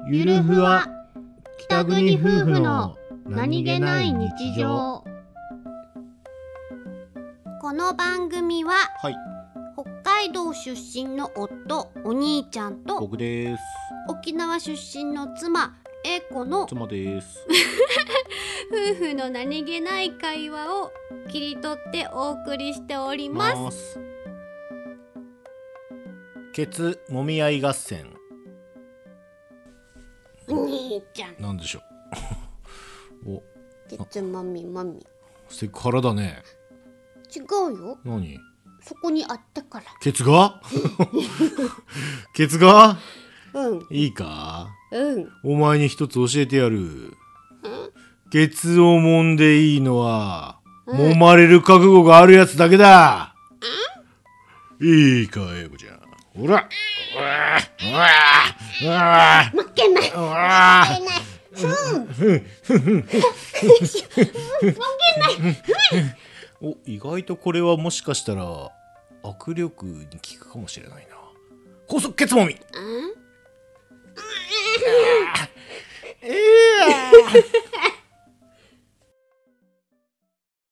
ゆるふわ北国夫婦の何気ない日常。 この番組は、 はい、 北海道出身の夫お兄ちゃんと僕です。 沖縄出身の妻英子の妻です。 夫婦の何気ない会話を切り取ってお送りしております。 ケツもみ合い合戦。 お兄ちゃん、 なんでしょう。お、 ケツもみもみ。 セクハラだね。 違うよ。 何？ そこにあったから。 ケツが？ケツが？ うん。 いいか？ うん。 お前に一つ教えてやる。ケツを揉んでいいのは、揉まれる覚悟があるやつだけだ。いいか、英子ちゃん。ほら。 負けない。負けない。 お、意外とこれはもしかしたら握力に効くかもしれないな。高速ケツもみ。